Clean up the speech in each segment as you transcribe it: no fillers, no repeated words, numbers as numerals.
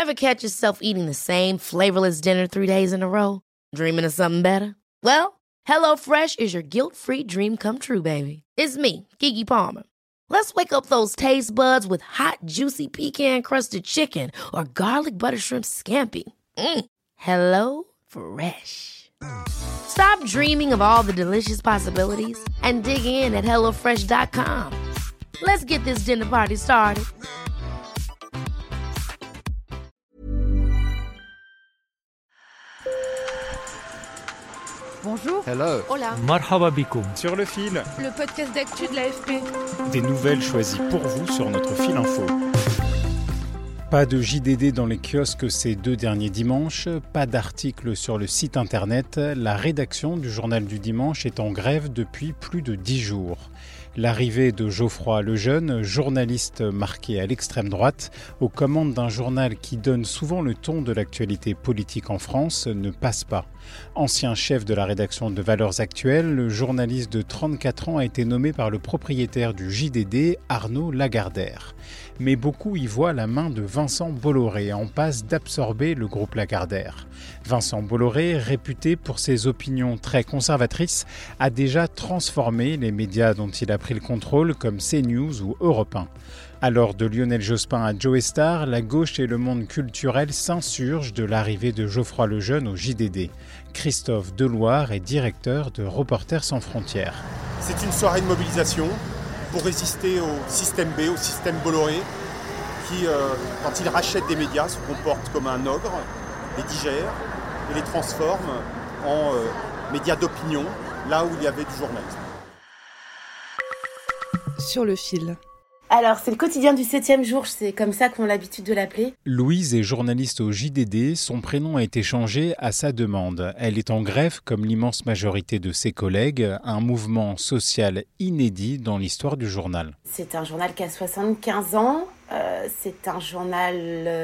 Ever catch yourself eating the same flavorless dinner 3 days in a row? Dreaming of something better? Well, HelloFresh is your guilt-free dream come true, baby. It's me, Keke Palmer. Let's wake up those taste buds with hot, juicy pecan-crusted chicken or garlic butter shrimp scampi. Hello Fresh. Stop dreaming of all the delicious possibilities and dig in at HelloFresh.com. Let's get this dinner party started. Bonjour. Hello. Hola. Marhaba bikoum. Sur le fil. Le podcast d'actu de l'AFP. Des nouvelles choisies pour vous sur notre fil info. Pas de JDD dans les kiosques ces 2 derniers dimanches, pas d'article sur le site internet. La rédaction du Journal du Dimanche est en grève depuis plus de 10 jours. L'arrivée de Geoffroy Lejeune, journaliste marqué à l'extrême droite, aux commandes d'un journal qui donne souvent le ton de l'actualité politique en France, ne passe pas. Ancien chef de la rédaction de Valeurs Actuelles, le journaliste de 34 ans a été nommé par le propriétaire du JDD, Arnaud Lagardère. Mais beaucoup y voient la main de Vincent Bolloré, en passe d'absorber le groupe Lagardère. Vincent Bolloré, réputé pour ses opinions très conservatrices, a déjà transformé les médias dont il a pris le contrôle comme CNews ou Europe 1. Alors de Lionel Jospin à Joe Star, la gauche et le monde culturel s'insurgent de l'arrivée de Geoffroy Lejeune au JDD. Christophe Deloire est directeur de Reporters sans frontières. C'est une soirée de mobilisation pour résister au système B, au système Bolloré, qui, quand il rachète des médias, se comporte comme un ogre, les digère et les transforme en médias d'opinion, là où il y avait du journalisme. Sur le fil. Alors, c'est le quotidien du 7e jour, c'est comme ça qu'on a l'habitude de l'appeler. Louise est journaliste au JDD, son prénom a été changé à sa demande. Elle est en grève comme l'immense majorité de ses collègues, un mouvement social inédit dans l'histoire du journal. C'est un journal qui a 75 ans, c'est un journal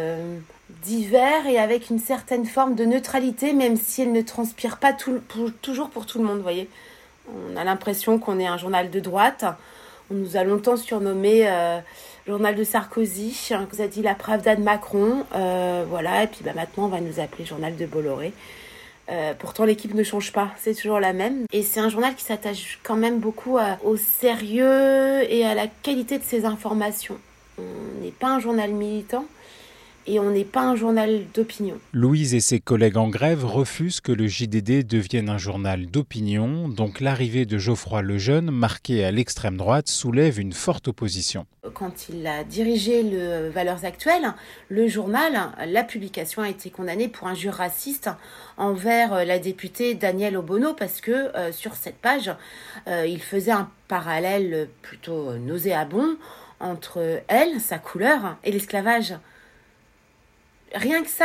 divers et avec une certaine forme de neutralité, même si elle ne transpire pas toujours pour tout le monde, vous voyez. On a l'impression qu'on est un journal de droite. On nous a longtemps surnommé journal de Sarkozy, on nous a dit la Pravda de Macron, voilà, et puis maintenant on va nous appeler journal de Bolloré. Pourtant l'équipe ne change pas, c'est toujours la même. Et c'est un journal qui s'attache quand même beaucoup au sérieux et à la qualité de ses informations. On n'est pas un journal militant. Et on n'est pas un journal d'opinion. Louise et ses collègues en grève refusent que le JDD devienne un journal d'opinion, donc l'arrivée de Geoffroy Lejeune, marqué à l'extrême droite, soulève une forte opposition. Quand il a dirigé le Valeurs Actuelles, le journal, la publication a été condamnée pour injure raciste envers la députée Danielle Obono parce que sur cette page, il faisait un parallèle plutôt nauséabond entre elle, sa couleur, et l'esclavage. Rien que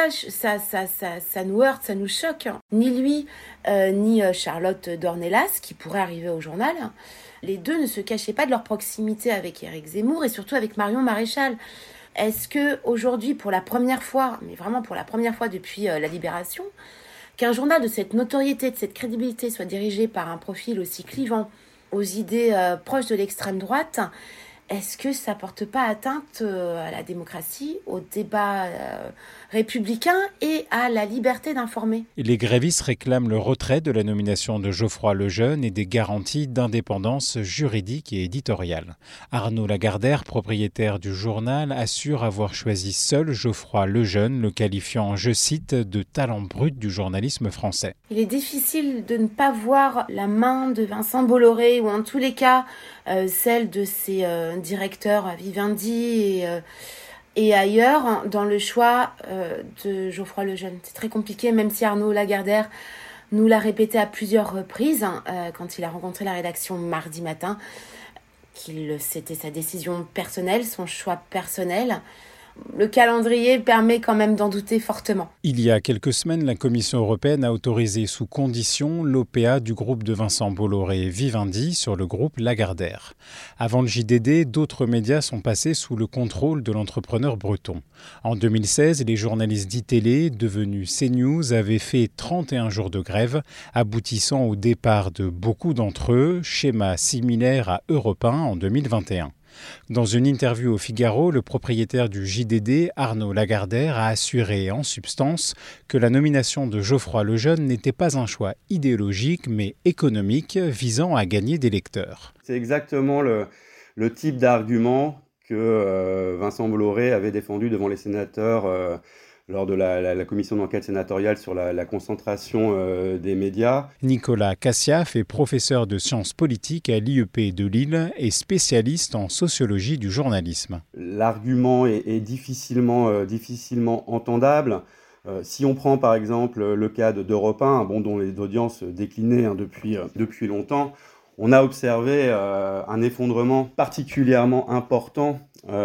ça nous heurte, ça nous choque. Ni lui, ni Charlotte Dornelas, qui pourrait arriver au journal, les deux ne se cachaient pas de leur proximité avec Éric Zemmour et surtout avec Marion Maréchal. Est-ce que aujourd'hui, pour la première fois, mais vraiment pour la première fois depuis la Libération, qu'un journal de cette notoriété, de cette crédibilité soit dirigé par un profil aussi clivant aux idées proches de l'extrême droite, est-ce que ça porte pas atteinte à la démocratie, au débat républicain et à la liberté d'informer ? Les grévistes réclament le retrait de la nomination de Geoffroy Lejeune et des garanties d'indépendance juridique et éditoriale. Arnaud Lagardère, propriétaire du journal, assure avoir choisi seul Geoffroy Lejeune, le qualifiant, je cite, de talent brut du journalisme français. Il est difficile de ne pas voir la main de Vincent Bolloré, ou en tous les cas celle de ses directeurs Vivendi et ailleurs dans le choix de Geoffroy Lejeune. C'est très compliqué, même si Arnaud Lagardère nous l'a répété à plusieurs reprises quand il a rencontré la rédaction mardi matin, c'était sa décision personnelle, son choix personnel. Le calendrier permet quand même d'en douter fortement. Il y a quelques semaines, la Commission européenne a autorisé sous condition l'OPA du groupe de Vincent Bolloré Vivendi sur le groupe Lagardère. Avant le JDD, d'autres médias sont passés sous le contrôle de l'entrepreneur breton. En 2016, les journalistes d'ITélé, devenus CNews, avaient fait 31 jours de grève, aboutissant au départ de beaucoup d'entre eux, schéma similaire à Europe 1 en 2021. Dans une interview au Figaro, le propriétaire du JDD, Arnaud Lagardère, a assuré en substance que la nomination de Geoffroy Lejeune n'était pas un choix idéologique mais économique visant à gagner des lecteurs. C'est exactement le type d'argument que Vincent Bolloré avait défendu devant les sénateurs lors de la commission d'enquête sénatoriale sur la concentration des médias. Nicolas Cassiaf est professeur de sciences politiques à l'IEP de Lille et spécialiste en sociologie du journalisme. L'argument est difficilement entendable. Si on prend par exemple le cas d'Europe 1, dont les audiences déclinaient depuis longtemps, on a observé un effondrement particulièrement important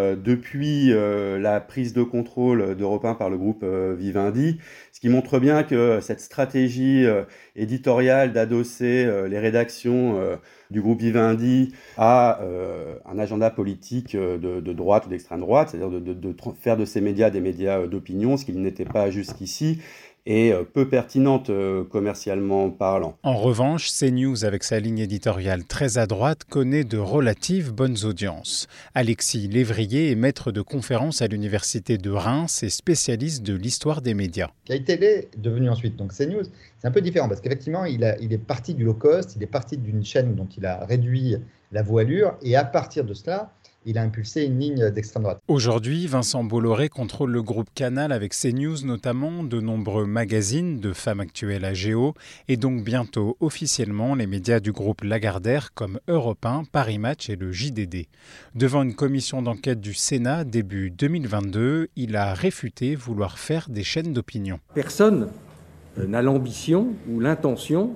depuis la prise de contrôle d'Europe 1 par le groupe Vivendi, ce qui montre bien que cette stratégie éditoriale d'adosser les rédactions du groupe Vivendi à un agenda politique de droite ou d'extrême droite, c'est-à-dire de faire de ces médias des médias d'opinion, ce qu'ils n'étaient pas jusqu'ici, et peu pertinente commercialement parlant. En revanche, CNews, avec sa ligne éditoriale très à droite, connaît de relatives bonnes audiences. Alexis Lévrier est maître de conférences à l'université de Reims et spécialiste de l'histoire des médias. Sky Télé est devenu ensuite donc CNews. C'est un peu différent parce qu'effectivement, il est parti du low cost, il est parti d'une chaîne dont il a réduit la voilure et à partir de cela, il a impulsé une ligne d'extrême droite. Aujourd'hui, Vincent Bolloré contrôle le groupe Canal avec CNews notamment, de nombreux magazines de Femmes Actuelles à Géo et donc bientôt officiellement les médias du groupe Lagardère comme Europe 1, Paris Match et le JDD. Devant une commission d'enquête du Sénat début 2022, il a réfuté vouloir faire des chaînes d'opinion. Personne n'a l'ambition ou l'intention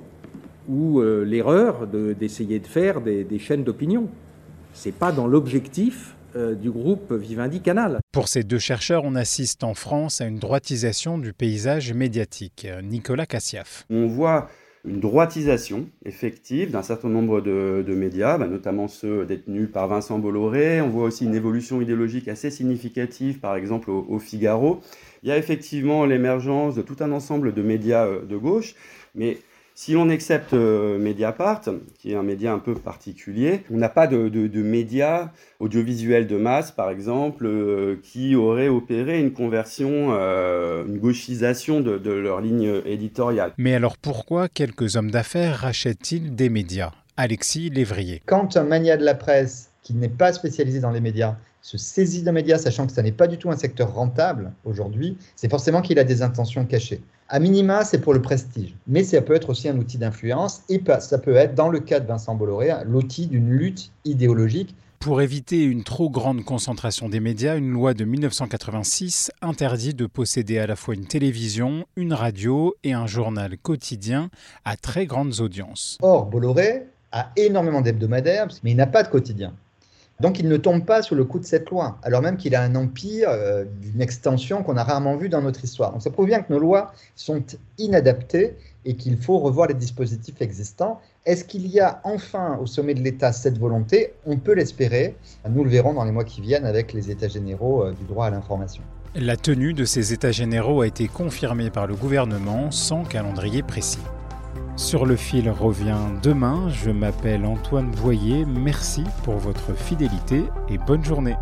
ou l'erreur d'essayer de faire des chaînes d'opinion. Ce n'est pas dans l'objectif du groupe Vivendi Canal. Pour ces deux chercheurs, on assiste en France à une droitisation du paysage médiatique. Nicolas Cassiaf. On voit une droitisation effective d'un certain nombre de médias, notamment ceux détenus par Vincent Bolloré. On voit aussi une évolution idéologique assez significative, par exemple au Figaro. Il y a effectivement l'émergence de tout un ensemble de médias de gauche, mais si l'on accepte Mediapart, qui est un média un peu particulier, on n'a pas de médias audiovisuels de masse, par exemple, qui auraient opéré une conversion, une gauchisation de leur ligne éditoriale. Mais alors pourquoi quelques hommes d'affaires rachètent-ils des médias ? Alexis Lévrier. Quand un mania de la presse qui n'est pas spécialisé dans les médias se saisit d'un média, sachant que ça n'est pas du tout un secteur rentable aujourd'hui, c'est forcément qu'il a des intentions cachées. À minima, c'est pour le prestige, mais ça peut être aussi un outil d'influence et ça peut être, dans le cas de Vincent Bolloré, l'outil d'une lutte idéologique. Pour éviter une trop grande concentration des médias, une loi de 1986 interdit de posséder à la fois une télévision, une radio et un journal quotidien à très grandes audiences. Or, Bolloré a énormément d'hebdomadaires, mais il n'a pas de quotidien. Donc il ne tombe pas sous le coup de cette loi, alors même qu'il a un empire d'une extension qu'on a rarement vue dans notre histoire. Donc ça prouve bien que nos lois sont inadaptées et qu'il faut revoir les dispositifs existants. Est-ce qu'il y a enfin au sommet de l'État cette volonté ? On peut l'espérer. Nous le verrons dans les mois qui viennent avec les États généraux du droit à l'information. La tenue de ces États généraux a été confirmée par le gouvernement sans calendrier précis. Sur le fil revient demain. Je m'appelle Antoine Boyer. Merci pour votre fidélité et bonne journée.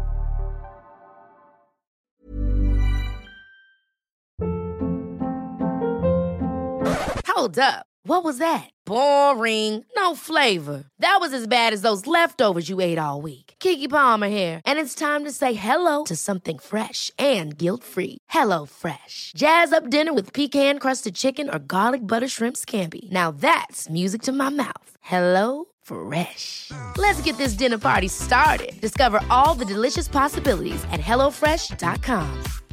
Hold up. What was that? Boring. No flavor. That was as bad as those leftovers you ate all week. Keke Palmer here, and it's time to say hello to something fresh and guilt-free. Hello Fresh. Jazz up dinner with pecan-crusted chicken or garlic butter shrimp scampi. Now that's music to my mouth. Hello Fresh. Let's get this dinner party started. Discover all the delicious possibilities at HelloFresh.com.